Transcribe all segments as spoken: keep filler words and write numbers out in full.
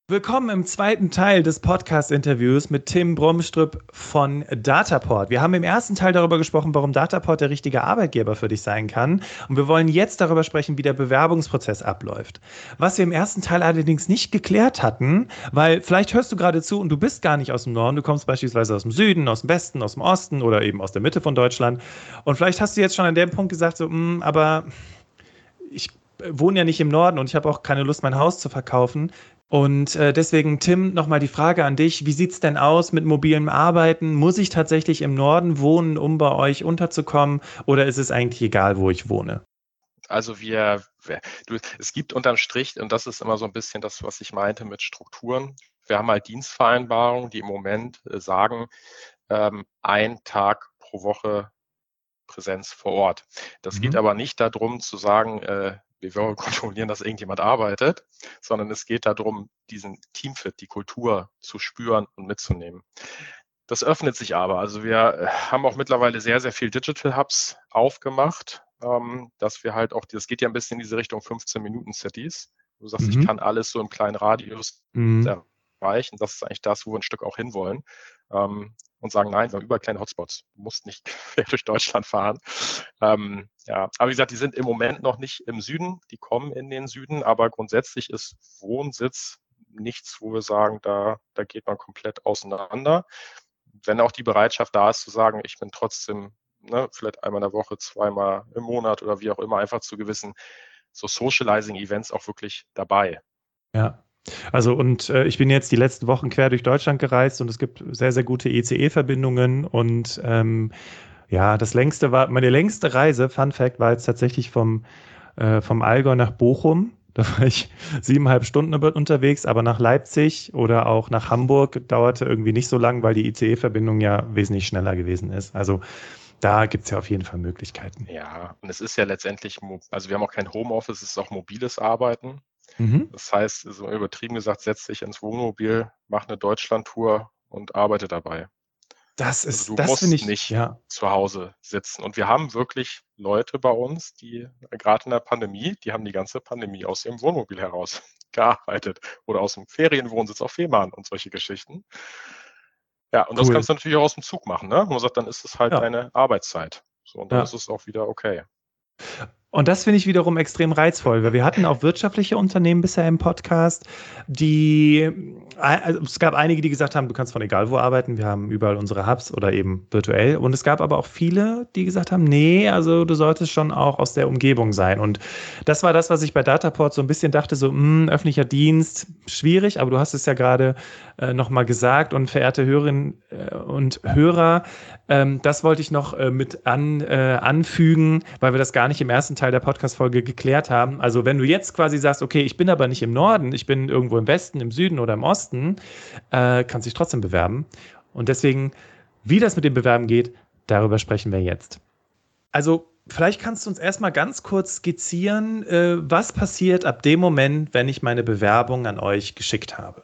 Willkommen im zweiten Teil des Podcast-Interviews mit Tim Bromstrup von Dataport. Wir haben im ersten Teil darüber gesprochen, warum Dataport der richtige Arbeitgeber für dich sein kann. Und wir wollen jetzt darüber sprechen, wie der Bewerbungsprozess abläuft. Was wir im ersten Teil allerdings nicht geklärt hatten, weil vielleicht hörst du gerade zu und du bist gar nicht aus dem Norden, du kommst beispielsweise aus dem Süden, aus dem Westen, aus dem Osten oder eben aus der Mitte von Deutschland. Und vielleicht hast du jetzt schon an dem Punkt gesagt, so, mh, aber ich wohne ja nicht im Norden und ich habe auch keine Lust, mein Haus zu verkaufen. Und äh, deswegen, Tim, nochmal die Frage an dich. Wie sieht es denn aus mit mobilem Arbeiten? Muss ich tatsächlich im Norden wohnen, um bei euch unterzukommen? Oder ist es eigentlich egal, wo ich wohne? Also wir, wir du, es gibt unterm Strich, und das ist immer so ein bisschen das, was ich meinte mit Strukturen. Wir haben halt Dienstvereinbarungen, die im Moment äh, sagen, ähm, ein Tag pro Woche Präsenz vor Ort. Das Mhm. geht aber nicht darum zu sagen, äh, wir wollen kontrollieren, dass irgendjemand arbeitet, sondern es geht darum, diesen Teamfit, die Kultur zu spüren und mitzunehmen. Das öffnet sich aber. Also wir haben auch mittlerweile sehr, sehr viel Digital Hubs aufgemacht, ähm, dass wir halt auch, das geht ja ein bisschen in diese Richtung fünfzehn-Minuten-Cities. Du sagst, Mhm. ich kann alles so im kleinen Radius Mhm. erreichen. Das ist eigentlich das, wo wir ein Stück auch hinwollen. Ähm, und sagen, nein, wir haben überall kleine Hotspots. Du musst nicht quer durch Deutschland fahren. Ähm, ja, aber wie gesagt, die sind im Moment noch nicht im Süden. Die kommen in den Süden, aber grundsätzlich ist Wohnsitz nichts, wo wir sagen, da, da geht man komplett auseinander. Wenn auch die Bereitschaft da ist, zu sagen, ich bin trotzdem ne, vielleicht einmal in der Woche, zweimal im Monat oder wie auch immer, einfach zu gewissen so Socializing-Events auch wirklich dabei. Ja. Also und äh, ich bin jetzt die letzten Wochen quer durch Deutschland gereist und es gibt sehr, sehr gute E C E-Verbindungen und ähm, ja, das längste war, meine längste Reise, Fun Fact, war jetzt tatsächlich vom, äh, vom Allgäu nach Bochum. Da war ich siebeneinhalb Stunden unterwegs, aber nach Leipzig oder auch nach Hamburg dauerte irgendwie nicht so lang, weil die I C E-Verbindung ja wesentlich schneller gewesen ist. Also da gibt es ja auf jeden Fall Möglichkeiten. Ja, und es ist ja letztendlich, also wir haben auch kein Homeoffice, es ist auch mobiles Arbeiten. Mhm. Das heißt, so übertrieben gesagt, setz dich ins Wohnmobil, mach eine Deutschlandtour und arbeite dabei. Das Also ist, du das finde musst ich, nicht ja. zu Hause sitzen. Und wir haben wirklich Leute bei uns, die gerade in der Pandemie, die haben die ganze Pandemie aus ihrem Wohnmobil heraus gearbeitet oder aus dem Ferienwohnsitz auf Fehmarn und solche Geschichten. Ja, und das Cool. kannst du natürlich auch aus dem Zug machen, ne? Man sagt, dann ist es halt Ja, deine Arbeitszeit. So, und dann ist ja. es auch wieder okay. Und das finde ich wiederum extrem reizvoll, weil wir hatten auch wirtschaftliche Unternehmen bisher im Podcast, die, also es gab einige, die gesagt haben, du kannst von egal wo arbeiten, wir haben überall unsere Hubs oder eben virtuell. Und es gab aber auch viele, die gesagt haben, nee, also du solltest schon auch aus der Umgebung sein. Und das war das, was ich bei Dataport so ein bisschen dachte, so mh, öffentlicher Dienst, schwierig, aber du hast es ja gerade äh, nochmal gesagt. Und verehrte Hörerinnen äh, und Hörer, ähm, das wollte ich noch äh, mit an, äh, anfügen, weil wir das gar nicht im ersten Teil der Podcast-Folge geklärt haben. Also wenn du jetzt quasi sagst, okay, ich bin aber nicht im Norden, ich bin irgendwo im Westen, im Süden oder im Osten, äh, kannst dich trotzdem bewerben. Und deswegen, wie das mit dem Bewerben geht, darüber sprechen wir jetzt. Also vielleicht kannst du uns erstmal ganz kurz skizzieren, äh, was passiert ab dem Moment, wenn ich meine Bewerbung an euch geschickt habe.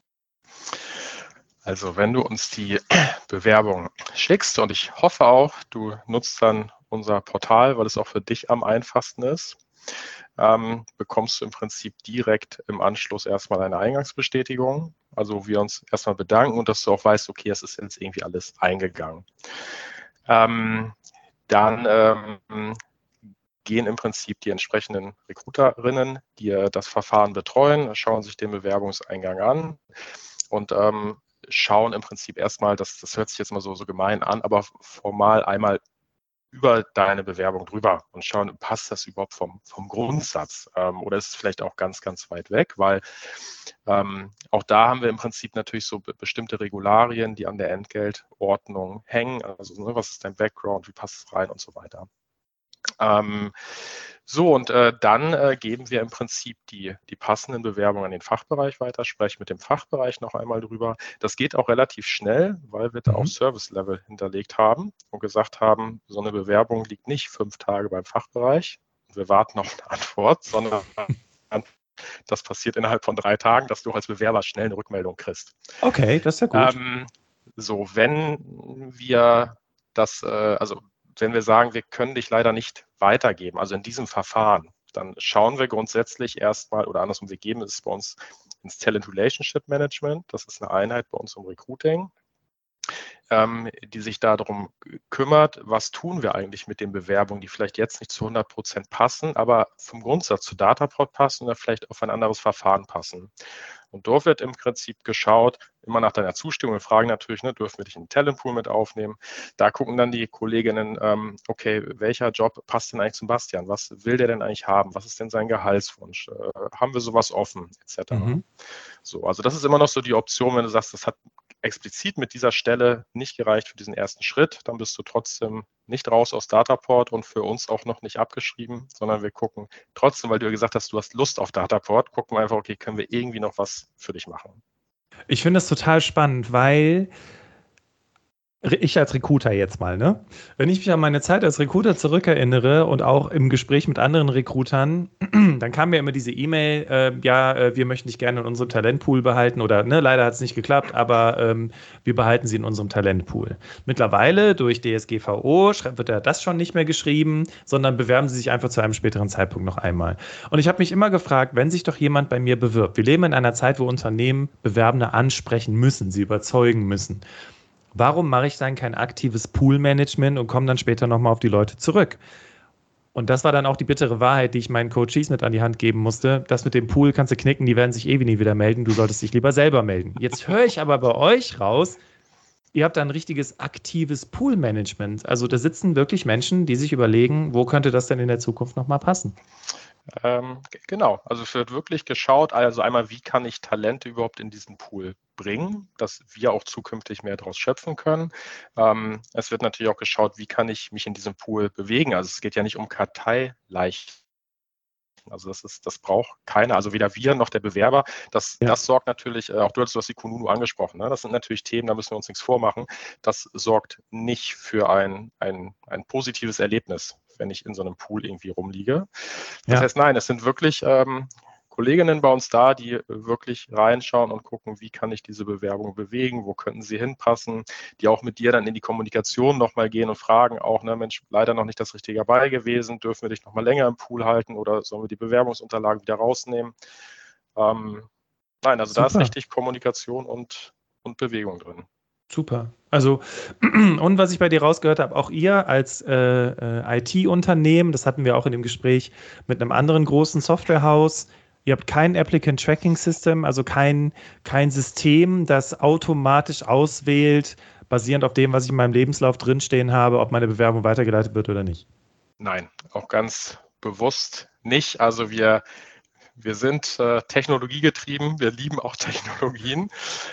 Also wenn du uns die Bewerbung schickst und ich hoffe auch, du nutzt dann unser Portal, weil es auch für dich am einfachsten ist, ähm, bekommst du im Prinzip direkt im Anschluss erstmal eine Eingangsbestätigung. Also wir uns erstmal bedanken und dass du auch weißt, okay, es ist jetzt irgendwie alles eingegangen. Ähm, dann ähm, gehen im Prinzip die entsprechenden Recruiterinnen, die das Verfahren betreuen, schauen sich den Bewerbungseingang an und ähm, schauen im Prinzip erstmal, das, das hört sich jetzt mal so, so gemein an, aber formal einmal über deine Bewerbung drüber und schauen, passt das überhaupt vom, vom Grundsatz ähm, oder ist es vielleicht auch ganz, ganz weit weg, weil ähm, auch da haben wir im Prinzip natürlich so be bestimmte Regularien, die an der Entgeltordnung hängen, also ne, was ist dein Background, wie passt es rein und so weiter. Ähm, so, und äh, dann äh, geben wir im Prinzip die, die passenden Bewerbungen an den Fachbereich weiter, sprechen mit dem Fachbereich noch einmal drüber. Das geht auch relativ schnell, weil wir da auch Mhm. Service-Level hinterlegt haben und gesagt haben, so eine Bewerbung liegt nicht fünf Tage beim Fachbereich und wir warten auf eine Antwort, sondern das passiert innerhalb von drei Tagen, dass du als Bewerber schnell eine Rückmeldung kriegst. Okay, das ist ja gut. Ähm, so, wenn wir das, äh, also wenn wir sagen, wir können dich leider nicht weitergeben, also in diesem Verfahren, dann schauen wir grundsätzlich erstmal, oder andersrum, wir geben es bei uns ins Talent Relationship Management. Das ist eine Einheit bei uns im Recruiting, ähm, die sich darum kümmert, was tun wir eigentlich mit den Bewerbungen, die vielleicht jetzt nicht zu hundert Prozent passen, aber vom Grundsatz zu Dataport passen oder vielleicht auf ein anderes Verfahren passen. Und dort wird im Prinzip geschaut, immer nach deiner Zustimmung, wir fragen natürlich, ne, dürfen wir dich in den Talentpool mit aufnehmen. Da gucken dann die Kolleginnen, ähm, okay, welcher Job passt denn eigentlich zum Bastian? Was will der denn eigentlich haben? Was ist denn sein Gehaltswunsch? Äh, haben wir sowas offen, et cetera. Mhm. So, also das ist immer noch so die Option, wenn du sagst, das hat explizit mit dieser Stelle nicht gereicht für diesen ersten Schritt, dann bist du trotzdem nicht raus aus Dataport und für uns auch noch nicht abgeschrieben, sondern wir gucken trotzdem, weil du ja gesagt hast, du hast Lust auf Dataport, gucken wir einfach, okay, können wir irgendwie noch was für dich machen. Ich finde das total spannend, weil ich als Recruiter jetzt mal, ne? Wenn ich mich an meine Zeit als Recruiter zurückerinnere und auch im Gespräch mit anderen Recruitern, dann kam mir immer diese E-Mail, äh, ja, äh, wir möchten dich gerne in unserem Talentpool behalten oder ne, leider hat es nicht geklappt, aber ähm, wir behalten sie in unserem Talentpool. Mittlerweile durch D S G V O wird ja das schon nicht mehr geschrieben, sondern bewerben sie sich einfach zu einem späteren Zeitpunkt noch einmal. Und ich habe mich immer gefragt, wenn sich doch jemand bei mir bewirbt, wir leben in einer Zeit, wo Unternehmen Bewerbende ansprechen müssen, sie überzeugen müssen. Warum mache ich dann kein aktives Pool-Management und komme dann später nochmal auf die Leute zurück? Und das war dann auch die bittere Wahrheit, die ich meinen Coaches mit an die Hand geben musste. Das mit dem Pool kannst du knicken, die werden sich eh nie wieder melden. Du solltest dich lieber selber melden. Jetzt höre ich aber bei euch raus, ihr habt da ein richtiges aktives Pool-Management. Also da sitzen wirklich Menschen, die sich überlegen, wo könnte das denn in der Zukunft nochmal passen? Ähm, genau, also es wird wirklich geschaut, also einmal, wie kann ich Talente überhaupt in diesen Pool bringen, dass wir auch zukünftig mehr daraus schöpfen können. Ähm, es wird natürlich auch geschaut, wie kann ich mich in diesem Pool bewegen. Also es geht ja nicht um Karteileichen. Also das ist, das braucht keiner, also weder wir noch der Bewerber. Das, ja. das sorgt natürlich, auch du hast, du hast die Kununu angesprochen, ne? Das sind natürlich Themen, da müssen wir uns nichts vormachen. Das sorgt nicht für ein, ein, ein positives Erlebnis, wenn ich in so einem Pool irgendwie rumliege. Das ja. heißt, nein, es sind wirklich ähm, Kolleginnen bei uns da, die wirklich reinschauen und gucken, wie kann ich diese Bewerbung bewegen, wo könnten sie hinpassen, die auch mit dir dann in die Kommunikation nochmal gehen und fragen auch, ne, Mensch, leider noch nicht das Richtige dabei gewesen, dürfen wir dich nochmal länger im Pool halten oder sollen wir die Bewerbungsunterlagen wieder rausnehmen? Ähm, nein, also Super. Da ist richtig Kommunikation und, und Bewegung drin. Super. Also, und was ich bei dir rausgehört habe, auch ihr als äh, äh, I T-Unternehmen, das hatten wir auch in dem Gespräch mit einem anderen großen Softwarehaus, ihr habt kein Applicant Tracking System, also kein, kein System, das automatisch auswählt, basierend auf dem, was ich in meinem Lebenslauf drinstehen habe, ob meine Bewerbung weitergeleitet wird oder nicht. Nein, auch ganz bewusst nicht. Also wir, wir sind äh, technologiegetrieben, wir lieben auch Technologien.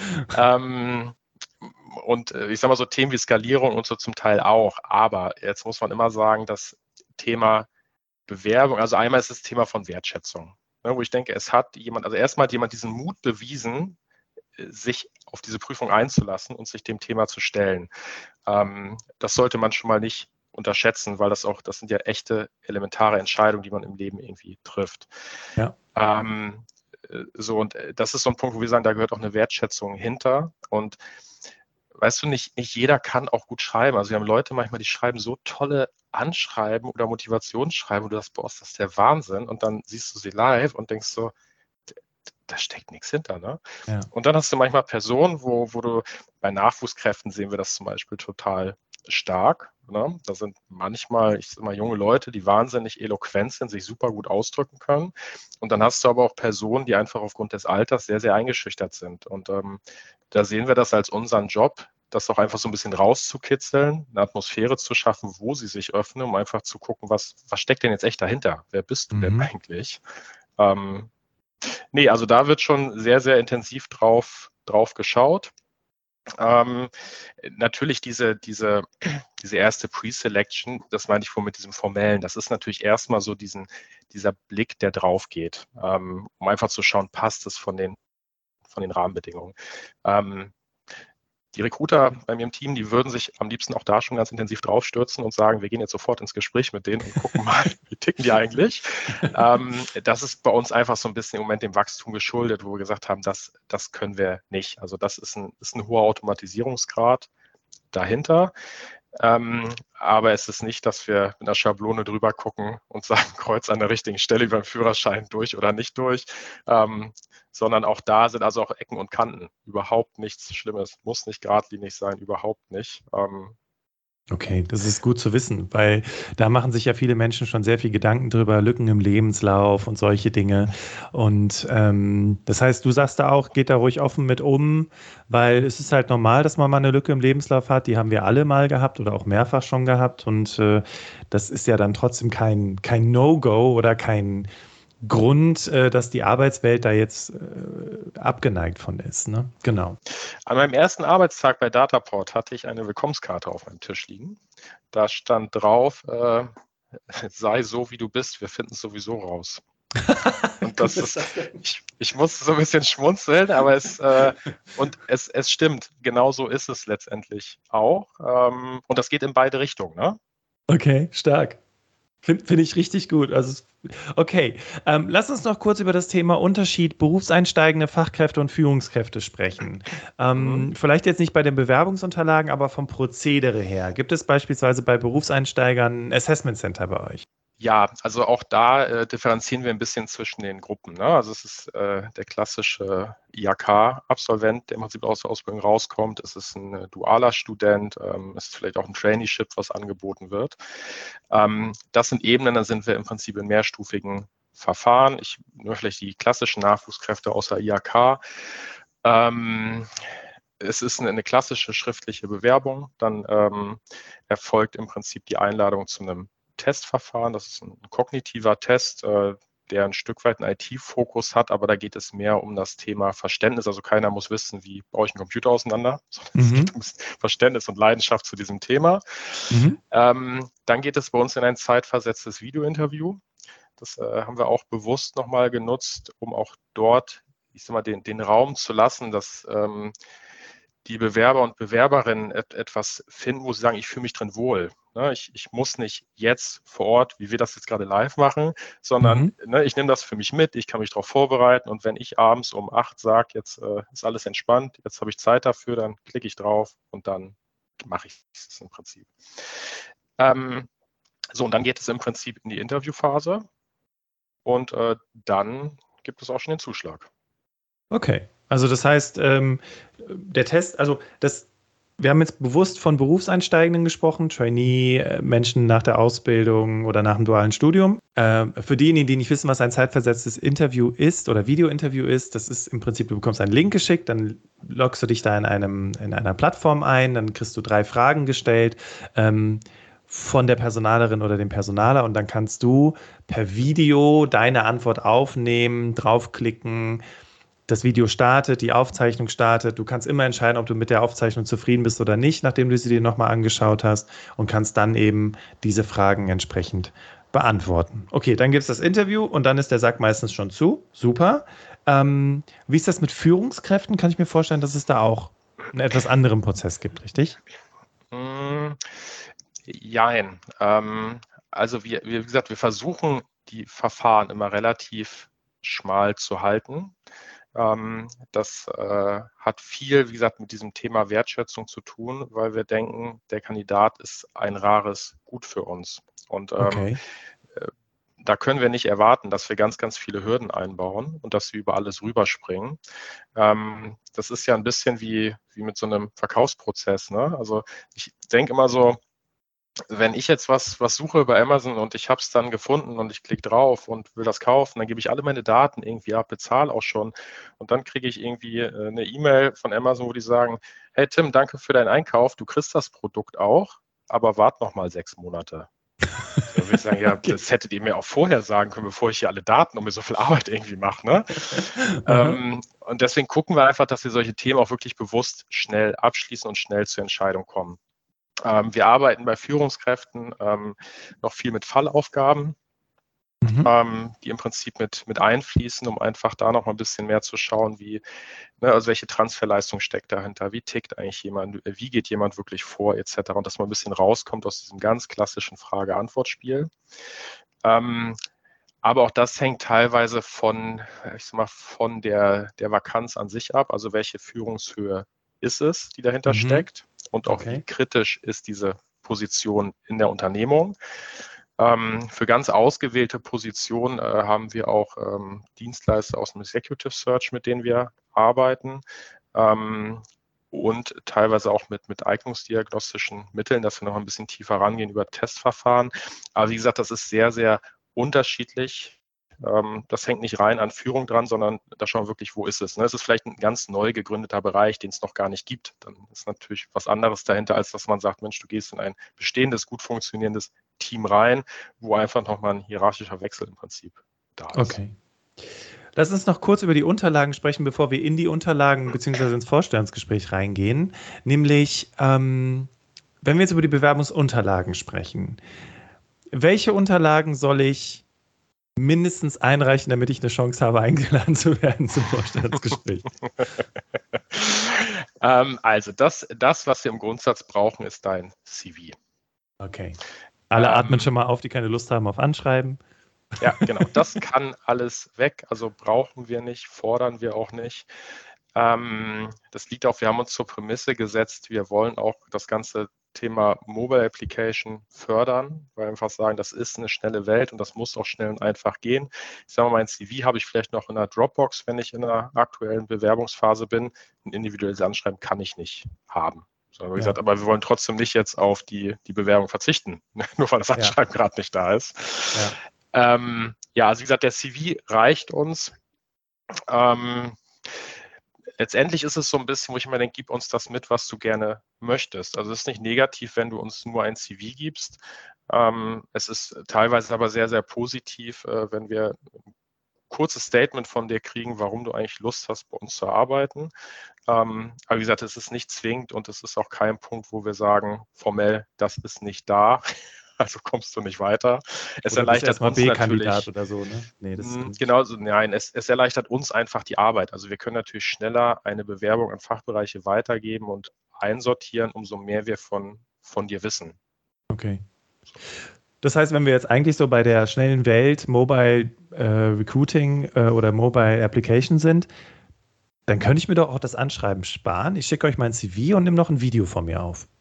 ähm, Und ich sage mal so Themen wie Skalierung und so zum Teil auch. Aber jetzt muss man immer sagen, das Thema Bewerbung, also einmal ist das Thema von Wertschätzung, ne, wo ich denke, es hat jemand, also erstmal hat jemand diesen Mut bewiesen, sich auf diese Prüfung einzulassen und sich dem Thema zu stellen. Ähm, das sollte man schon mal nicht unterschätzen, weil das auch, das sind ja echte elementare Entscheidungen, die man im Leben irgendwie trifft. Ja. Ähm, so, und das ist so ein Punkt, wo wir sagen, da gehört auch eine Wertschätzung hinter. Und weißt du, nicht, nicht jeder kann auch gut schreiben. Also wir haben Leute manchmal, die schreiben so tolle Anschreiben oder Motivationsschreiben, und du sagst, boah, ist das der Wahnsinn. Und dann siehst du sie live und denkst so, da steckt nichts hinter, ne? Ja. Und dann hast du manchmal Personen, wo, wo du, bei Nachwuchskräften sehen wir das zum Beispiel total stark, ne? Da sind manchmal, ich sag mal, junge Leute, die wahnsinnig eloquent sind, sich super gut ausdrücken können. Und dann hast du aber auch Personen, die einfach aufgrund des Alters sehr, sehr eingeschüchtert sind. Und ähm, da sehen wir das als unseren Job, das auch einfach so ein bisschen rauszukitzeln, eine Atmosphäre zu schaffen, wo sie sich öffnen, um einfach zu gucken, was, was steckt denn jetzt echt dahinter? Wer bist du mhm. denn eigentlich? Ähm, nee, also da wird schon sehr, sehr intensiv drauf, drauf geschaut. Ähm, natürlich diese, diese, diese erste Pre-Selection, das meine ich vorhin mit diesem Formellen, das ist natürlich erstmal so diesen, dieser Blick, der drauf geht, ähm, um einfach zu schauen, passt es von den, von den Rahmenbedingungen. Ähm, Die Recruiter bei mir im Team, die würden sich am liebsten auch da schon ganz intensiv draufstürzen und sagen, wir gehen jetzt sofort ins Gespräch mit denen und gucken mal, wie ticken die eigentlich. ähm, das ist bei uns einfach so ein bisschen im Moment dem Wachstum geschuldet, wo wir gesagt haben, das, das können wir nicht. Also das ist ein, ist ein hoher Automatisierungsgrad dahinter. Ähm, aber es ist nicht, dass wir mit einer Schablone drüber gucken und sagen, Kreuz an der richtigen Stelle beim Führerschein durch oder nicht durch, ähm, sondern auch da sind also auch Ecken und Kanten. Überhaupt nichts Schlimmes, muss nicht geradlinig sein, überhaupt nicht. Ähm, Okay, das ist gut zu wissen, weil da machen sich ja viele Menschen schon sehr viel Gedanken drüber, Lücken im Lebenslauf und solche Dinge. Und ähm, das heißt, du sagst da auch, geht da ruhig offen mit um, weil es ist halt normal, dass man mal eine Lücke im Lebenslauf hat. Die haben wir alle mal gehabt oder auch mehrfach schon gehabt. Und äh, das ist ja dann trotzdem kein, kein No-Go oder kein Grund, äh, dass die Arbeitswelt da jetzt äh, abgeneigt von ist. Ne? Genau. An meinem ersten Arbeitstag bei Dataport hatte ich eine Willkommenskarte auf meinem Tisch liegen. Da stand drauf, äh, sei so, wie du bist, wir finden es sowieso raus. Und das ist, ich, ich musste so ein bisschen schmunzeln, aber es, äh, und es, es stimmt, genau so ist es letztendlich auch. Ähm, und das geht in beide Richtungen, ne? Okay, stark. Finde find ich richtig gut. Also, okay, ähm, lass uns noch kurz über das Thema Unterschied berufseinsteigende Fachkräfte und Führungskräfte sprechen. Mhm. Ähm, vielleicht jetzt nicht bei den Bewerbungsunterlagen, aber vom Prozedere her. Gibt es beispielsweise bei Berufseinsteigern ein Assessment Center bei euch? Ja, also auch da äh, differenzieren wir ein bisschen zwischen den Gruppen. Ne? Also es ist äh, der klassische I H K-Absolvent, der im Prinzip aus der Ausbildung rauskommt. Es ist ein äh, dualer Student, ähm, es ist vielleicht auch ein Traineeship, was angeboten wird. Ähm, das sind Ebenen, da sind wir im Prinzip in mehrstufigen Verfahren. Ich nur vielleicht die klassischen Nachwuchskräfte außer I H K. Ähm, es ist eine, eine klassische schriftliche Bewerbung. Dann ähm, erfolgt im Prinzip die Einladung zu einem Testverfahren. Das ist ein kognitiver Test, äh, der ein Stück weit einen I T-Fokus hat, aber da geht es mehr um das Thema Verständnis. Also keiner muss wissen, wie baue ich einen Computer auseinander, sondern es Mhm. geht um Verständnis und Leidenschaft zu diesem Thema. Mhm. Ähm, dann geht es bei uns in ein zeitversetztes Videointerview. Das äh, haben wir auch bewusst nochmal genutzt, um auch dort, ich sag mal, den, den Raum zu lassen, dass ähm, die Bewerber und Bewerberinnen et etwas finden, wo sie sagen, ich fühle mich drin wohl. Ne, ich, ich muss nicht jetzt vor Ort, wie wir das jetzt gerade live machen, sondern Mhm. ne, ich nehme das für mich mit, ich kann mich darauf vorbereiten und wenn ich abends um acht sage, jetzt äh, ist alles entspannt, jetzt habe ich Zeit dafür, dann klicke ich drauf und dann mache ich es im Prinzip. Ähm, so, und dann geht es im Prinzip in die Interviewphase und äh, dann gibt es auch schon den Zuschlag. Okay. Also das heißt, ähm, der Test, also das, wir haben jetzt bewusst von Berufseinsteigenden gesprochen, Trainee, äh, Menschen nach der Ausbildung oder nach dem dualen Studium. Ähm, für diejenigen, die nicht wissen, was ein zeitversetztes Interview ist oder Videointerview ist, das ist im Prinzip, du bekommst einen Link geschickt, dann loggst du dich da in einem, in einer Plattform ein, dann kriegst du drei Fragen gestellt. Ähm, von der Personalerin oder dem Personaler und dann kannst du per Video deine Antwort aufnehmen, draufklicken, das Video startet, die Aufzeichnung startet. Du kannst immer entscheiden, ob du mit der Aufzeichnung zufrieden bist oder nicht, nachdem du sie dir nochmal angeschaut hast und kannst dann eben diese Fragen entsprechend beantworten. Okay, dann gibt es das Interview und dann ist der Sack meistens schon zu. Super. Ähm, wie ist das mit Führungskräften? Kann ich mir vorstellen, dass es da auch einen etwas anderen Prozess gibt, richtig? Mm, jein. Ähm, also wir, wie gesagt, wir versuchen die Verfahren immer relativ schmal zu halten. Ähm, das äh, hat viel, wie gesagt, mit diesem Thema Wertschätzung zu tun, weil wir denken, der Kandidat ist ein rares Gut für uns. Und ähm, Okay. äh, da können wir nicht erwarten, dass wir ganz, ganz viele Hürden einbauen und dass wir über alles rüberspringen. Ähm, das ist ja ein bisschen wie, wie mit so einem Verkaufsprozess. Ne? Also ich denke immer so, wenn ich jetzt was, was suche bei Amazon und ich habe es dann gefunden und ich klicke drauf und will das kaufen, dann gebe ich alle meine Daten irgendwie ab, bezahle auch schon und dann kriege ich irgendwie äh, eine E-Mail von Amazon, wo die sagen, hey Tim, danke für deinen Einkauf, du kriegst das Produkt auch, aber wart noch mal sechs Monate. So würde ich sagen, ja, Okay. das hättet ihr mir auch vorher sagen können, bevor ich hier alle Daten und mir so viel Arbeit irgendwie mache. Ne? Aha. Ähm, und deswegen gucken wir einfach, dass wir solche Themen auch wirklich bewusst schnell abschließen und schnell zur Entscheidung kommen. Ähm, wir arbeiten bei Führungskräften ähm, noch viel mit Fallaufgaben, Mhm. ähm, die im Prinzip mit, mit einfließen, um einfach da noch mal ein bisschen mehr zu schauen, wie, ne, also welche Transferleistung steckt dahinter, wie tickt eigentlich jemand, wie geht jemand wirklich vor, et cetera. Und dass man ein bisschen rauskommt aus diesem ganz klassischen Frage-Antwort-Spiel. Ähm, aber auch das hängt teilweise von, ich sag mal, von der, der Vakanz an sich ab, also welche Führungshöhe ist es, die dahinter Mhm. steckt und auch wie Okay. kritisch ist diese Positionen in der Unternehmung. Ähm, für ganz ausgewählte Positionen äh, haben wir auch ähm, Dienstleister aus dem Executive Search, mit denen wir arbeiten. Ähm, und teilweise auch mit, mit eignungsdiagnostischen Mitteln, dass wir noch ein bisschen tiefer rangehen über Testverfahren. Aber wie gesagt, das ist sehr, sehr unterschiedlich. Ähm, das hängt nicht rein an Führung dran, sondern da schauen wir wirklich, wo ist es. Ne? Es ist vielleicht ein ganz neu gegründeter Bereich, den es noch gar nicht gibt. Dann ist natürlich was anderes dahinter, als dass man sagt, Mensch, du gehst in ein bestehendes, gut funktionierendes Team rein, wo einfach nochmal ein hierarchischer Wechsel im Prinzip da ist. Okay. Lass uns noch kurz über die Unterlagen sprechen, bevor wir in die Unterlagen bzw. ins Vorstellungsgespräch reingehen. Nämlich, ähm, wenn wir jetzt über die Bewerbungsunterlagen sprechen, welche Unterlagen soll ich mindestens einreichen, damit ich eine Chance habe, eingeladen zu werden zum Vorstellungsgespräch? ähm, also das, das, was wir im Grundsatz brauchen, ist dein C V. Okay. Alle ähm, atmen schon mal auf, die keine Lust haben auf Anschreiben. Ja, genau. Das kann alles weg. Also brauchen wir nicht, fordern wir auch nicht. Ähm, das liegt auch, wir haben uns zur Prämisse gesetzt, wir wollen auch das ganze Thema Mobile Application fördern, weil wir einfach sagen, das ist eine schnelle Welt und das muss auch schnell und einfach gehen. Ich sage mal, mein C V habe ich vielleicht noch in einer Dropbox, wenn ich in einer aktuellen Bewerbungsphase bin. Ein individuelles Anschreiben kann ich nicht haben. So haben wir Ja. gesagt, aber wir wollen trotzdem nicht jetzt auf die, die Bewerbung verzichten, nur weil das Anschreiben ja. gerade nicht da ist. Ja. Ähm, ja, also wie gesagt, der C V reicht uns. Ähm, letztendlich ist es so ein bisschen, wo ich immer denke, gib uns das mit, was du gerne möchtest. Also es ist nicht negativ, wenn du uns nur ein C V gibst. Ähm, es ist teilweise aber sehr, sehr positiv, äh, wenn wir ein kurzes Statement von dir kriegen, warum du eigentlich Lust hast, bei uns zu arbeiten. Ähm, aber wie gesagt, es ist nicht zwingend und es ist auch kein Punkt, wo wir sagen, formell, das ist nicht da. Also kommst du nicht weiter. Es oder erleichtert erstmal uns B-Kandidat natürlich. Oder so, ne? Nee, das genau, nein, es, es erleichtert uns einfach die Arbeit. Also wir können natürlich schneller eine Bewerbung an Fachbereiche weitergeben und einsortieren, umso mehr wir von, von dir wissen. Okay. Das heißt, wenn wir jetzt eigentlich so bei der schnellen Welt Mobile äh, Recruiting äh, oder Mobile Application sind, dann könnte ich mir doch auch das Anschreiben sparen. Ich schicke euch mein C V und nehme noch ein Video von mir auf.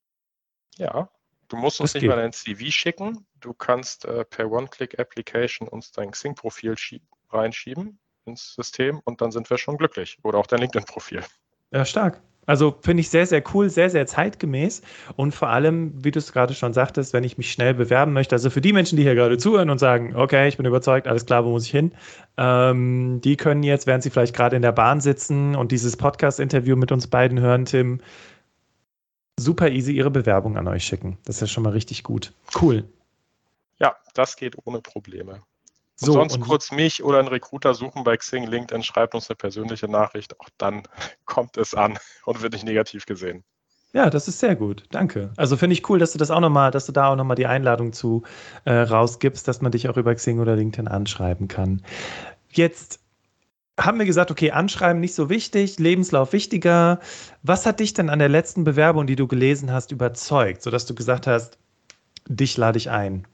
Ja, du musst uns das nicht geht. mal dein C V schicken. Du kannst äh, per One-Click-Application uns dein Xing-Profil reinschieben ins System und dann sind wir schon glücklich. Oder auch dein LinkedIn-Profil. Ja, stark. Also finde ich sehr, sehr cool, sehr, sehr zeitgemäß und vor allem, wie du es gerade schon sagtest, wenn ich mich schnell bewerben möchte, also für die Menschen, die hier gerade zuhören und sagen, okay, ich bin überzeugt, alles klar, wo muss ich hin, ähm, die können jetzt, während sie vielleicht gerade in der Bahn sitzen und dieses Podcast-Interview mit uns beiden hören, Tim, super easy ihre Bewerbung an euch schicken. Das ist ja schon mal richtig gut. Cool. Ja, das geht ohne Probleme. Und so, sonst und kurz mich oder einen Recruiter suchen bei Xing, LinkedIn, schreibt uns eine persönliche Nachricht, auch dann kommt es an und wird nicht negativ gesehen. Ja, das ist sehr gut. Danke. Also finde ich cool, dass du das auch nochmal, dass du da auch nochmal die Einladung zu äh, rausgibst, dass man dich auch über Xing oder LinkedIn anschreiben kann. Jetzt haben wir gesagt, okay, Anschreiben nicht so wichtig, Lebenslauf wichtiger. Was hat dich denn an der letzten Bewerbung, die du gelesen hast, überzeugt, sodass du gesagt hast, dich lade ich ein?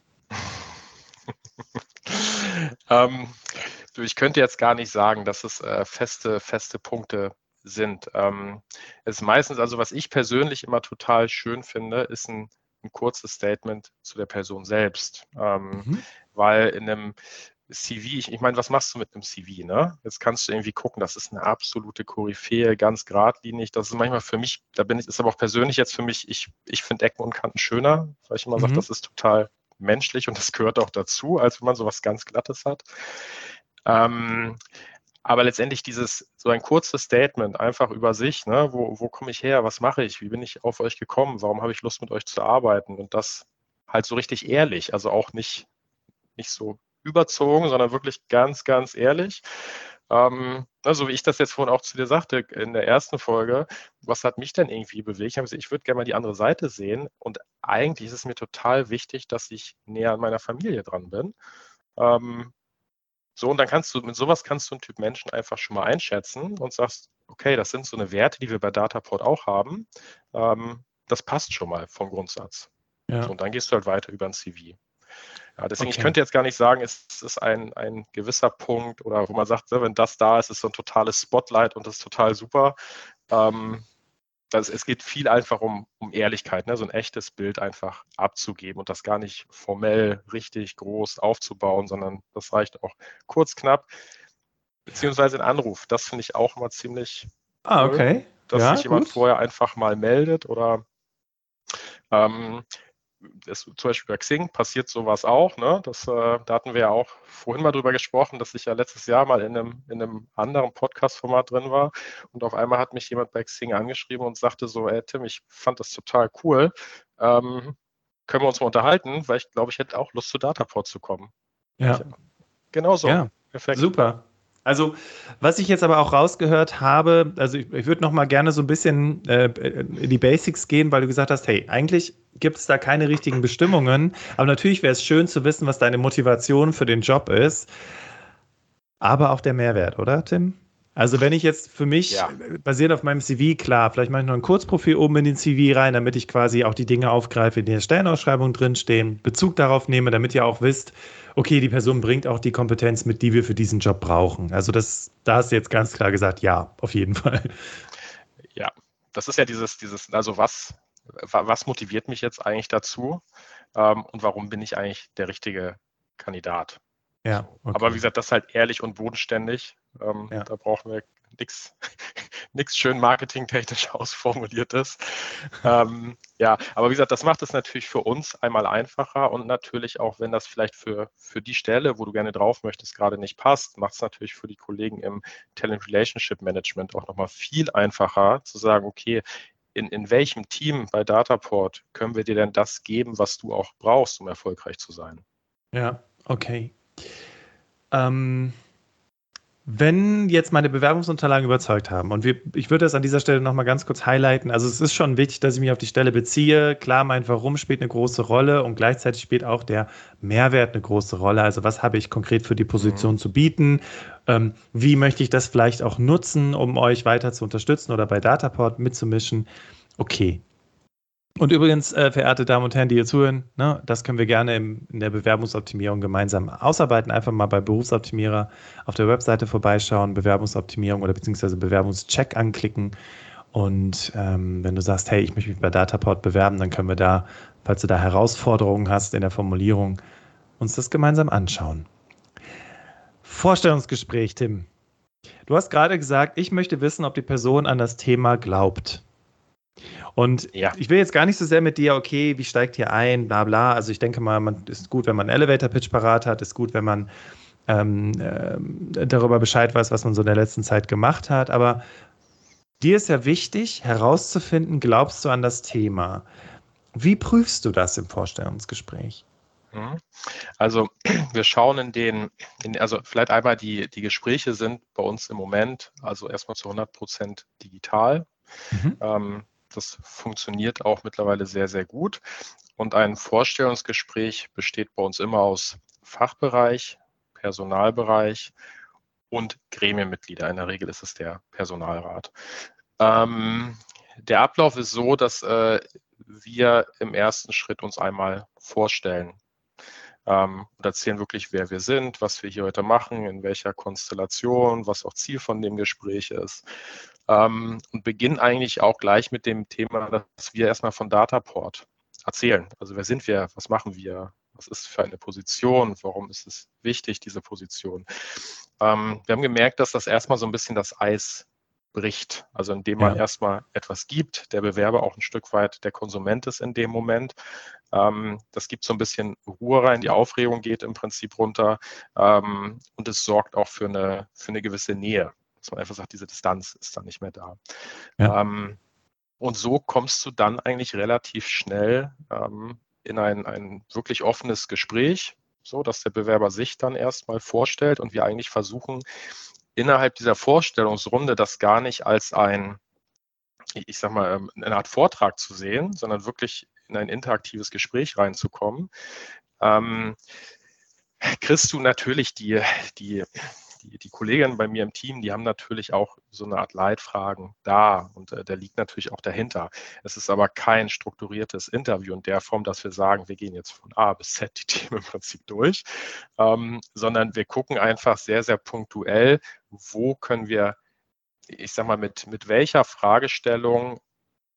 ähm, ich könnte jetzt gar nicht sagen, dass es äh, feste, feste Punkte sind. Ähm, es ist meistens, also was ich persönlich immer total schön finde, ist ein, ein kurzes Statement zu der Person selbst. Ähm, mhm. Weil in einem C V, ich, ich meine, was machst du mit einem C V, ne? Jetzt kannst du irgendwie gucken, das ist eine absolute Koryphäe, ganz geradlinig. Das ist manchmal für mich, da bin ich, ist aber auch persönlich jetzt für mich, ich, ich finde Ecken und Kanten schöner, weil ich immer mhm. sage, das ist total menschlich und das gehört auch dazu, als wenn man sowas ganz Glattes hat. Ähm, aber letztendlich dieses, so ein kurzes Statement einfach über sich, ne? wo, wo komme ich her, was mache ich, wie bin ich auf euch gekommen, warum habe ich Lust mit euch zu arbeiten und das halt so richtig ehrlich, also auch nicht, nicht so überzogen, sondern wirklich ganz, ganz ehrlich. Ähm, so wie ich das jetzt vorhin auch zu dir sagte in der ersten Folge, was hat mich denn irgendwie bewegt? Ich habe gesagt, ich würde gerne mal die andere Seite sehen und eigentlich ist es mir total wichtig, dass ich näher an meiner Familie dran bin. Ähm, so, und dann kannst du, mit sowas kannst du einen Typ Menschen einfach schon mal einschätzen und sagst, okay, das sind so eine Werte, die wir bei Dataport auch haben. Ähm, das passt schon mal vom Grundsatz. Ja. So, und dann gehst du halt weiter über ein C V. Ja, deswegen, okay. Ich könnte jetzt gar nicht sagen, es ist ein, ein gewisser Punkt oder wo man sagt, wenn das da ist, ist so ein totales Spotlight und das ist total super. Ähm, das, es geht viel einfach um, um Ehrlichkeit, ne? So ein echtes Bild einfach abzugeben und das gar nicht formell richtig groß aufzubauen, sondern das reicht auch kurz, knapp, beziehungsweise ein Anruf. Das finde ich auch immer ziemlich Ah, cool, okay. dass Ja, sich jemand gut. vorher einfach mal meldet oder ähm, das, zum Beispiel bei Xing passiert sowas auch. Ne? Das, äh, da hatten wir ja auch vorhin mal drüber gesprochen, dass ich ja letztes Jahr mal in einem, in einem anderen Podcast-Format drin war und auf einmal hat mich jemand bei Xing angeschrieben und sagte so, ey Tim, ich fand das total cool. Ähm, können wir uns mal unterhalten, weil ich glaube, ich hätte auch Lust zu Dataport zu kommen. Ja. Ja, genau so. Ja, Perfekt. super. Also, was ich jetzt aber auch rausgehört habe, also ich, ich würde noch mal gerne so ein bisschen äh, in die Basics gehen, weil du gesagt hast, hey, eigentlich gibt es da keine richtigen Bestimmungen, aber natürlich wäre es schön zu wissen, was deine Motivation für den Job ist, aber auch der Mehrwert, oder, Tim? Also, wenn ich jetzt für mich, Ja, äh, basierend auf meinem C V, klar, vielleicht mache ich noch ein Kurzprofil oben in den C V rein, damit ich quasi auch die Dinge aufgreife, die in der Stellenausschreibung drinstehen, Bezug darauf nehme, damit ihr auch wisst, okay, die Person bringt auch die Kompetenz mit, die wir für diesen Job brauchen. Also, das, da hast du jetzt ganz klar gesagt, ja, auf jeden Fall. ja. Das ist ja dieses, dieses, also was, was motiviert mich jetzt eigentlich dazu? Ähm, und warum bin ich eigentlich der richtige Kandidat? Ja, So. Aber wie okay. gesagt, das ist halt ehrlich und bodenständig. Ähm, Ja. da brauchen wir nichts nichts schön marketingtechnisch ausformuliertes. Ähm, ja, aber wie gesagt, das macht es natürlich für uns einmal einfacher und natürlich auch, wenn das vielleicht für, für die Stelle, wo du gerne drauf möchtest, gerade nicht passt, macht es natürlich für die Kollegen im Talent Relationship Management auch nochmal viel einfacher zu sagen, okay, in, in welchem Team bei Dataport können wir dir denn das geben, was du auch brauchst, um erfolgreich zu sein? Ja, okay. Ähm, Wenn jetzt meine Bewerbungsunterlagen überzeugt haben und wir, ich würde das an dieser Stelle nochmal ganz kurz highlighten. Also es ist schon wichtig, dass ich mich auf die Stelle beziehe. Klar, mein Warum spielt eine große Rolle und gleichzeitig spielt auch der Mehrwert eine große Rolle. Also was habe ich konkret für die Mhm. Position zu bieten? Ähm, wie möchte ich das vielleicht auch nutzen, um euch weiter zu unterstützen oder bei Dataport mitzumischen? Okay, und übrigens, äh, verehrte Damen und Herren, die hier zuhören, ne, das können wir gerne im, in der Bewerbungsoptimierung gemeinsam ausarbeiten. Einfach mal bei Berufsoptimierer auf der Webseite vorbeischauen, Bewerbungsoptimierung oder beziehungsweise Bewerbungscheck anklicken. Und ähm, wenn du sagst, hey, ich möchte mich bei Dataport bewerben, dann können wir da, falls du da Herausforderungen hast in der Formulierung, uns das gemeinsam anschauen. Vorstellungsgespräch, Tim. Du hast gerade gesagt, ich möchte wissen, ob die Person an das Thema glaubt. Und Ja, ich will jetzt gar nicht so sehr mit dir, okay, wie steigt hier ein, bla bla. Also ich denke mal, man ist gut, wenn man einen Elevator-Pitch parat hat, ist gut, wenn man ähm, ähm, darüber Bescheid weiß, was man so in der letzten Zeit gemacht hat. Aber dir ist ja wichtig, herauszufinden, glaubst du an das Thema? Wie prüfst du das im Vorstellungsgespräch? mhm. Also wir schauen in den, in, also vielleicht einmal die, die Gespräche sind bei uns im Moment, also erstmal zu hundert Prozent digital. Mhm. Ähm, das funktioniert auch mittlerweile sehr, sehr gut. Und ein Vorstellungsgespräch besteht bei uns immer aus Fachbereich, Personalbereich und Gremienmitglieder. In der Regel ist es der Personalrat. Ähm, der Ablauf ist so, dass äh, wir im ersten Schritt uns einmal vorstellen ähm, und erzählen wirklich, wer wir sind, was wir hier heute machen, in welcher Konstellation, was auch Ziel von dem Gespräch ist. Ähm, und beginnen eigentlich auch gleich mit dem Thema, dass wir erstmal von Dataport erzählen. Also wer sind wir, was machen wir, was ist für eine Position, warum ist es wichtig, diese Position. Ähm, wir haben gemerkt, dass das erstmal so ein bisschen das Eis bricht. Also indem man Ja, erstmal etwas gibt, der Bewerber auch ein Stück weit der Konsument ist in dem Moment. Ähm, das gibt so ein bisschen Ruhe rein, die Aufregung geht im Prinzip runter ähm, und es sorgt auch für eine, für eine gewisse Nähe. Dass man einfach sagt, diese Distanz ist dann nicht mehr da. ja, Ähm, und so kommst du dann eigentlich relativ schnell ähm, in ein, ein wirklich offenes Gespräch, so dass der Bewerber sich dann erstmal vorstellt und wir eigentlich versuchen, innerhalb dieser Vorstellungsrunde das gar nicht als ein, ich sag mal, ähm, eine Art Vortrag zu sehen, sondern wirklich in ein interaktives Gespräch reinzukommen. Ähm, kriegst du natürlich die, die, die, die Kolleginnen bei mir im Team, die haben natürlich auch so eine Art Leitfragen da und äh, der liegt natürlich auch dahinter. Es ist aber kein strukturiertes Interview in der Form, dass wir sagen, wir gehen jetzt von A bis Z die Themen im Prinzip durch, ähm, sondern wir gucken einfach sehr, sehr punktuell, wo können wir, ich sag mal, mit, mit welcher Fragestellung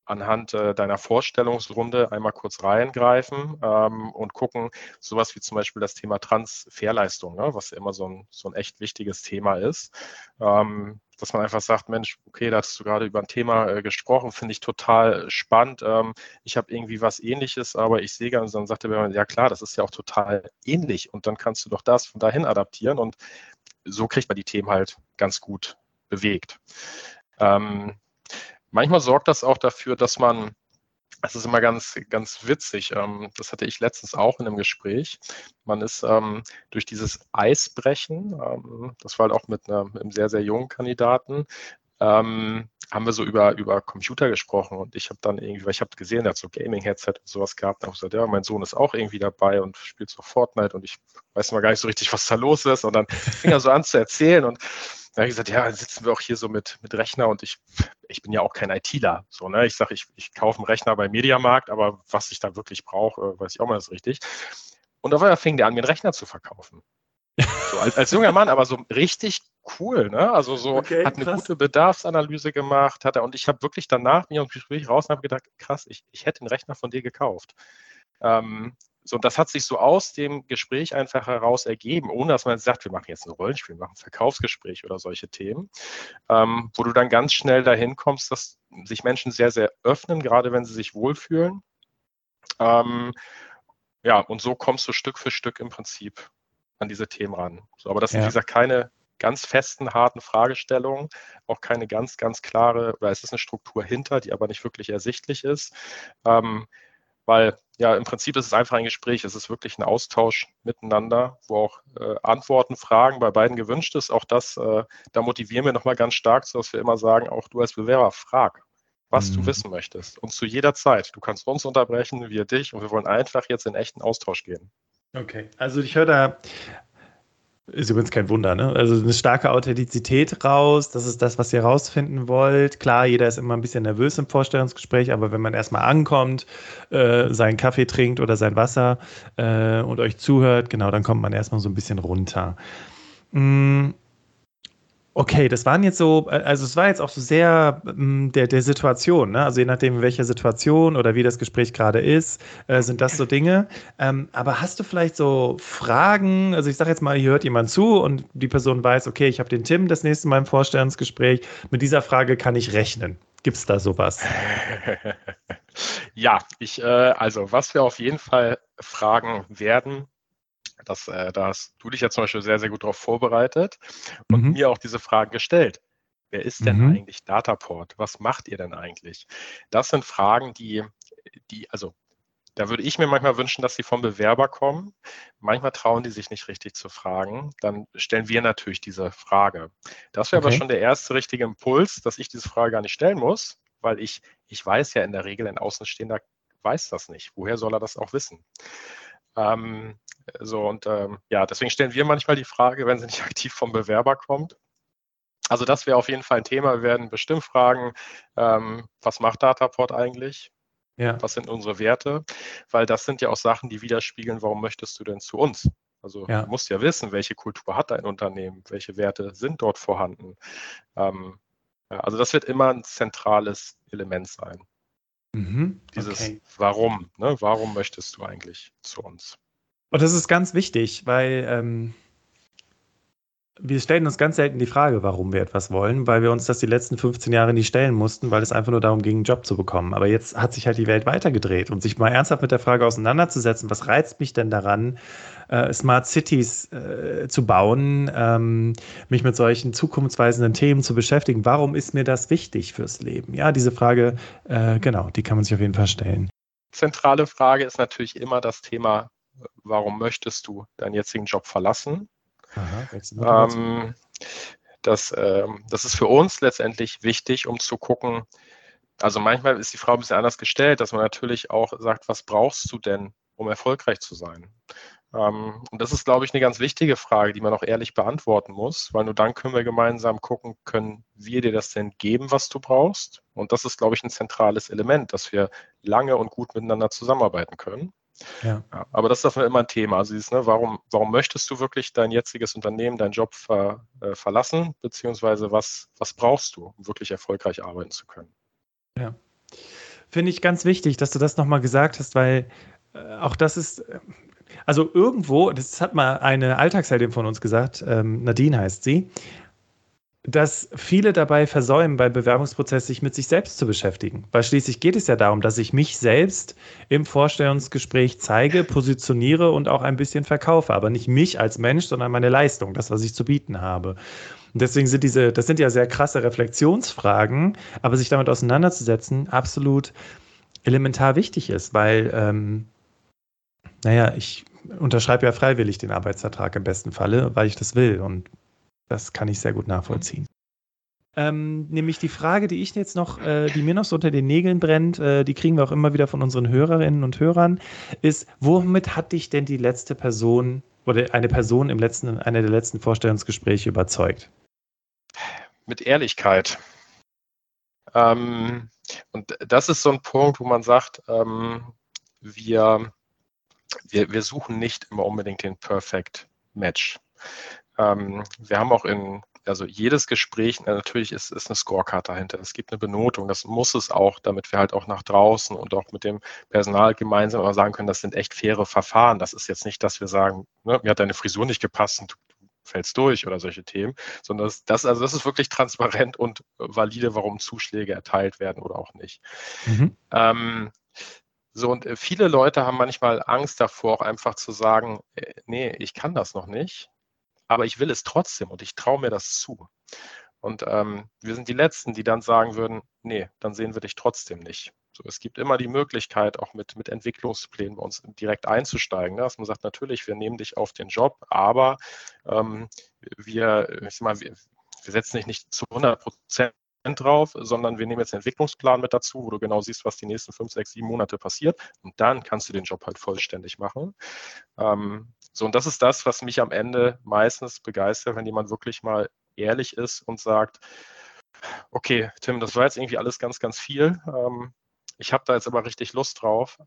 anhand äh, deiner Vorstellungsrunde einmal kurz reingreifen ähm, und gucken, sowas wie zum Beispiel das Thema Transferleistung, ne, was ja immer so ein, so ein echt wichtiges Thema ist, ähm, dass man einfach sagt, Mensch, okay, da hast du gerade über ein Thema äh, gesprochen, finde ich total spannend. Ähm, ich habe irgendwie was Ähnliches, aber ich sehe ganz, dann sagt er, ja klar, das ist ja auch total ähnlich und dann kannst du doch das von dahin adaptieren und so kriegt man die Themen halt ganz gut bewegt. Ähm, Manchmal sorgt das auch dafür, dass man, das ist immer ganz, ganz witzig, ähm, das hatte ich letztens auch in einem Gespräch, man ist ähm, durch dieses Eisbrechen, ähm, das war halt auch mit, einer, mit einem sehr, sehr jungen Kandidaten, ähm, haben wir so über, über Computer gesprochen und ich habe dann irgendwie, weil ich habe gesehen, er hat so Gaming-Headset und sowas gehabt, und habe gesagt, ja, mein Sohn ist auch irgendwie dabei und spielt so Fortnite und ich weiß mal gar nicht so richtig, was da los ist und dann fing er so an zu erzählen und da habe ich gesagt, ja, dann sitzen wir auch hier so mit, mit Rechner und ich, ich bin ja auch kein ITler. So, ne? Ich sage, ich, ich kaufe einen Rechner beim Mediamarkt, aber was ich da wirklich brauche, weiß ich auch mal das richtig. Und auf einmal fing der an, mir einen Rechner zu verkaufen. So als, als junger Mann, aber so richtig cool, ne? Also so Okay, hat eine krass. gute Bedarfsanalyse gemacht, hat er, und ich habe wirklich danach mir aus dem Gespräch raus und habe gedacht, krass, ich, ich hätte den Rechner von dir gekauft. Ähm, so, das hat sich so aus dem Gespräch einfach heraus ergeben, ohne dass man sagt, wir machen jetzt ein Rollenspiel, wir machen ein Verkaufsgespräch oder solche Themen, ähm, wo du dann ganz schnell dahin kommst, dass sich Menschen sehr, sehr öffnen, gerade wenn sie sich wohlfühlen. Ähm, ja, und so kommst du Stück für Stück im Prinzip an diese Themen ran. So, aber das sind, wie Ja. gesagt, keine ganz festen, harten Fragestellungen, auch keine ganz, ganz klare, oder es ist eine Struktur hinter, die aber nicht wirklich ersichtlich ist. Ähm, weil ja, im Prinzip ist es einfach ein Gespräch, es ist wirklich ein Austausch miteinander, wo auch äh, Antworten, Fragen bei beiden gewünscht ist. Auch das, äh, da motivieren wir nochmal ganz stark, so dass wir immer sagen, auch du als Bewerber, frag, was du Mhm. wissen möchtest. Und zu jeder Zeit. Du kannst uns unterbrechen, wir dich, und wir wollen einfach jetzt in echten Austausch gehen. Okay, also ich höre da, ist übrigens kein Wunder, ne? Also eine starke Authentizität raus, das ist das, was ihr rausfinden wollt. Klar, jeder ist immer ein bisschen nervös im Vorstellungsgespräch, aber wenn man erstmal ankommt, äh, seinen Kaffee trinkt oder sein Wasser äh, und euch zuhört, genau, dann kommt man erstmal so ein bisschen runter. Mm. Okay, das waren jetzt so, äh, also es war jetzt auch so sehr ähm, der, der Situation, ne? Also je nachdem, in welcher Situation oder wie das Gespräch gerade ist, äh, sind das so Dinge. Ähm, aber hast du vielleicht so Fragen? Also ich sage jetzt mal, hier hört jemand zu und die Person weiß, okay, ich habe den Tim das nächste Mal im Vorstellungsgespräch. Mit dieser Frage kann ich rechnen. Gibt es da sowas? Ja, ich, äh, also was wir auf jeden Fall fragen werden, Das, äh, da hast du dich ja zum Beispiel sehr, sehr gut darauf vorbereitet und Mhm. mir auch diese Fragen gestellt. Wer ist denn Mhm. eigentlich Dataport? Was macht ihr denn eigentlich? Das sind Fragen, die, die, also da würde ich mir manchmal wünschen, dass sie vom Bewerber kommen. Manchmal trauen die sich nicht richtig zu fragen. Dann stellen wir natürlich diese Frage. Das wäre aber Okay. schon der erste richtige Impuls, dass ich diese Frage gar nicht stellen muss, weil ich, ich weiß ja in der Regel, ein Außenstehender weiß das nicht. Woher soll er das auch wissen? Ähm, so und ähm, ja, deswegen stellen wir manchmal die Frage, wenn sie nicht aktiv vom Bewerber kommt. Also das wäre auf jeden Fall ein Thema. Wir werden bestimmt fragen, ähm, was macht Dataport eigentlich? Ja. Was sind unsere Werte? Weil das sind ja auch Sachen, die widerspiegeln, warum möchtest du denn zu uns? Also du Ja. musst ja wissen, welche Kultur hat dein Unternehmen, welche Werte sind dort vorhanden. Ähm, ja, also das wird immer ein zentrales Element sein. Mhm. Dieses Okay. Warum, ne? Warum möchtest du eigentlich zu uns? Und das ist ganz wichtig, weil ähm, wir stellen uns ganz selten die Frage, warum wir etwas wollen, weil wir uns das die letzten fünfzehn Jahre nie stellen mussten, weil es einfach nur darum ging, einen Job zu bekommen. Aber jetzt hat sich halt die Welt weitergedreht und sich mal ernsthaft mit der Frage auseinanderzusetzen, was reizt mich denn daran, äh, Smart Cities äh, zu bauen, ähm, mich mit solchen zukunftsweisenden Themen zu beschäftigen. Warum ist mir das wichtig fürs Leben? Ja, diese Frage, äh, genau, die kann man sich auf jeden Fall stellen. Zentrale Frage ist natürlich immer das Thema, warum möchtest du deinen jetzigen Job verlassen? Aha, Wechselmotivation. Ähm, das, ähm, das ist für uns letztendlich wichtig, um zu gucken, also manchmal ist die Frage ein bisschen anders gestellt, dass man natürlich auch sagt, was brauchst du denn, um erfolgreich zu sein? Ähm, und das ist, glaube ich, eine ganz wichtige Frage, die man auch ehrlich beantworten muss, weil nur dann können wir gemeinsam gucken, können wir dir das denn geben, was du brauchst? Und das ist, glaube ich, ein zentrales Element, dass wir lange und gut miteinander zusammenarbeiten können. Ja. Ja, aber das ist dafür immer ein Thema. Also dieses, ne, warum, warum möchtest du wirklich dein jetziges Unternehmen, deinen Job ver, äh, verlassen, beziehungsweise was, was brauchst du, um wirklich erfolgreich arbeiten zu können? Ja. finde ich ganz wichtig, dass du das nochmal gesagt hast, weil äh, auch das ist, äh, also irgendwo, das hat mal eine Alltagsheldin von uns gesagt, ähm, Nadine heißt sie, dass viele dabei versäumen, beim Bewerbungsprozess sich mit sich selbst zu beschäftigen. Weil schließlich geht es ja darum, dass ich mich selbst im Vorstellungsgespräch zeige, positioniere und auch ein bisschen verkaufe. Aber nicht mich als Mensch, sondern meine Leistung, das, was ich zu bieten habe. Und deswegen sind diese, das sind ja sehr krasse Reflexionsfragen, aber sich damit auseinanderzusetzen, absolut elementar wichtig ist, weil, ähm, naja, ich unterschreibe ja freiwillig den Arbeitsvertrag im besten Falle, weil ich das will. Und das kann ich sehr gut nachvollziehen. Ähm, nämlich die Frage, die ich jetzt noch, äh, die mir noch so unter den Nägeln brennt, äh, die kriegen wir auch immer wieder von unseren Hörerinnen und Hörern, ist, womit hat dich denn die letzte Person oder eine Person im letzten, einer der letzten Vorstellungsgespräche überzeugt? Mit Ehrlichkeit. Ähm, und das ist so ein Punkt, wo man sagt, ähm, wir, wir, wir suchen nicht immer unbedingt den Perfect Match. Ähm, wir haben auch in, also jedes Gespräch, natürlich ist, ist eine Scorecard dahinter. Es gibt eine Benotung, das muss es auch, damit wir halt auch nach draußen und auch mit dem Personal gemeinsam aber sagen können, das sind echt faire Verfahren. Das ist jetzt nicht, dass wir sagen, ne, mir hat deine Frisur nicht gepasst und du fällst durch oder solche Themen, sondern das, das, also das ist wirklich transparent und valide, warum Zuschläge erteilt werden oder auch nicht. Mhm. Ähm, so, und viele Leute haben manchmal Angst davor, auch einfach zu sagen, nee, ich kann das noch nicht. Aber ich will es trotzdem und ich traue mir das zu. Und ähm, wir sind die Letzten, die dann sagen würden, nee, dann sehen wir dich trotzdem nicht. So, es gibt immer die Möglichkeit, auch mit, mit Entwicklungsplänen bei uns direkt einzusteigen. Ne? Dass man sagt, natürlich, wir nehmen dich auf den Job, aber ähm, wir, ich sag mal, wir, wir setzen dich nicht zu hundert Prozent drauf, sondern wir nehmen jetzt einen Entwicklungsplan mit dazu, wo du genau siehst, was die nächsten fünf, sechs, sieben Monate passiert. Und dann kannst du den Job halt vollständig machen. Ähm, so, und das ist das, was mich am Ende meistens begeistert, wenn jemand wirklich mal ehrlich ist und sagt, okay, Tim, das war jetzt irgendwie alles ganz, ganz viel. Ähm, ich habe da jetzt aber richtig Lust drauf,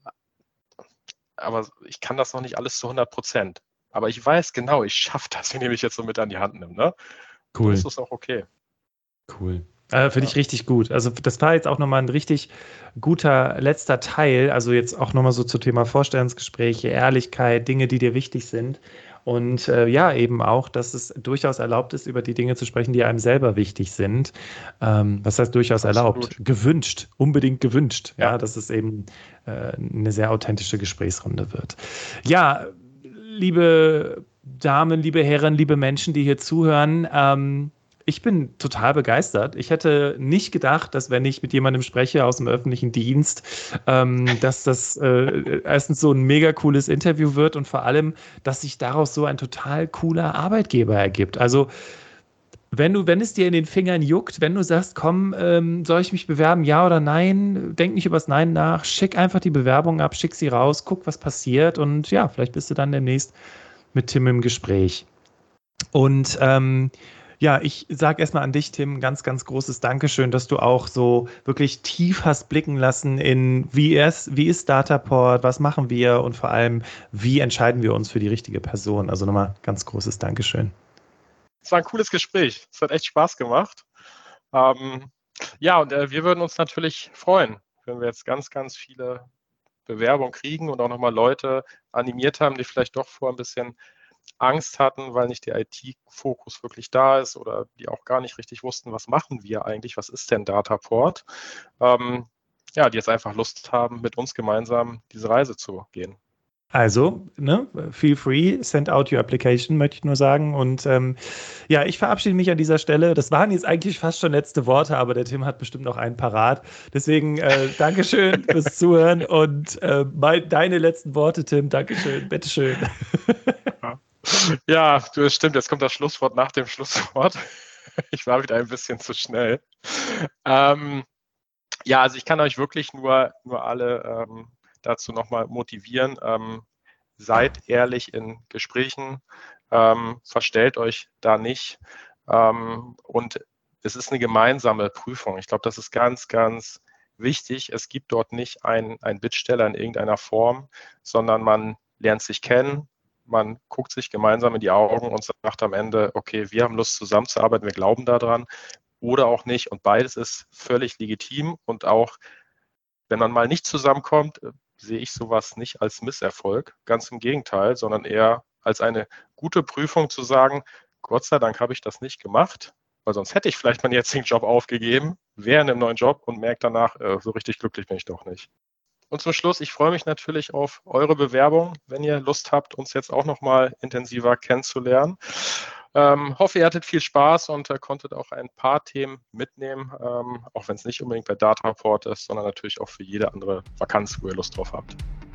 aber ich kann das noch nicht alles zu hundert Prozent. Aber ich weiß genau, ich schaffe das, indem ich jetzt so mit an die Hand nehme. Ne? Cool. Dann ist das auch okay. Cool. Äh, Finde ich richtig gut. Also das war jetzt auch nochmal ein richtig guter letzter Teil. Also jetzt auch nochmal so zum Thema Vorstellungsgespräche, Ehrlichkeit, Dinge, die dir wichtig sind. Und äh, ja, eben auch, dass es durchaus erlaubt ist, über die Dinge zu sprechen, die einem selber wichtig sind. Ähm, was heißt durchaus Absolut. erlaubt? Gewünscht, unbedingt gewünscht. Ja, ja dass es eben äh, eine sehr authentische Gesprächsrunde wird. Ja, liebe Damen, liebe Herren, liebe Menschen, die hier zuhören, ähm, ich bin total begeistert. Ich hätte nicht gedacht, dass wenn ich mit jemandem spreche aus dem öffentlichen Dienst, ähm, dass das äh, erstens so ein mega cooles Interview wird und vor allem, dass sich daraus so ein total cooler Arbeitgeber ergibt. Also wenn du, wenn es dir in den Fingern juckt, wenn du sagst, komm, ähm, soll ich mich bewerben, ja oder nein, denk nicht übers Nein nach, schick einfach die Bewerbung ab, schick sie raus, guck, was passiert und ja, vielleicht bist du dann demnächst mit Tim im Gespräch. Und ähm, ja, ich sage erstmal an dich, Tim, ganz, ganz großes Dankeschön, dass du auch so wirklich tief hast blicken lassen in, wie ist, wie ist Dataport, was machen wir und vor allem, wie entscheiden wir uns für die richtige Person. Also nochmal ganz großes Dankeschön. Es war ein cooles Gespräch. Es hat echt Spaß gemacht. Ähm, ja, und äh, wir würden uns natürlich freuen, wenn wir jetzt ganz, ganz viele Bewerbungen kriegen und auch nochmal Leute animiert haben, die vielleicht doch vor ein bisschen Angst hatten, weil nicht der I T-Fokus wirklich da ist oder die auch gar nicht richtig wussten, was machen wir eigentlich, was ist denn Dataport? Ähm, ja, die jetzt einfach Lust haben, mit uns gemeinsam diese Reise zu gehen. Also, ne, feel free, send out your application, möchte ich nur sagen. Und ähm, ja, ich verabschiede mich an dieser Stelle. Das waren jetzt eigentlich fast schon letzte Worte, aber der Tim hat bestimmt noch einen parat. Deswegen äh, Dankeschön fürs Zuhören und äh, mein, deine letzten Worte, Tim. Dankeschön, bitteschön. Ja, du, das stimmt. Jetzt kommt das Schlusswort nach dem Schlusswort. Ich war wieder ein bisschen zu schnell. Ähm, ja, also ich kann euch wirklich nur, nur alle ähm, dazu nochmal motivieren. Ähm, seid ehrlich in Gesprächen, ähm, verstellt euch da nicht. Ähm, und es ist eine gemeinsame Prüfung. Ich glaube, das ist ganz, ganz wichtig. Es gibt dort nicht einen Bittsteller in irgendeiner Form, sondern man lernt sich kennen. Man guckt sich gemeinsam in die Augen und sagt am Ende, okay, wir haben Lust zusammenzuarbeiten, wir glauben daran oder auch nicht. Und beides ist völlig legitim und auch wenn man mal nicht zusammenkommt, äh, sehe ich sowas nicht als Misserfolg, ganz im Gegenteil, sondern eher als eine gute Prüfung zu sagen, Gott sei Dank habe ich das nicht gemacht, weil sonst hätte ich vielleicht meinen jetzigen Job aufgegeben, wäre in einem neuen Job und merke danach, äh, so richtig glücklich bin ich doch nicht. Und zum Schluss, ich freue mich natürlich auf eure Bewerbung, wenn ihr Lust habt, uns jetzt auch nochmal intensiver kennenzulernen. Ähm, hoffe, ihr hattet viel Spaß und äh, konntet auch ein paar Themen mitnehmen, ähm, auch wenn es nicht unbedingt bei Datraport ist, sondern natürlich auch für jede andere Vakanz, wo ihr Lust drauf habt.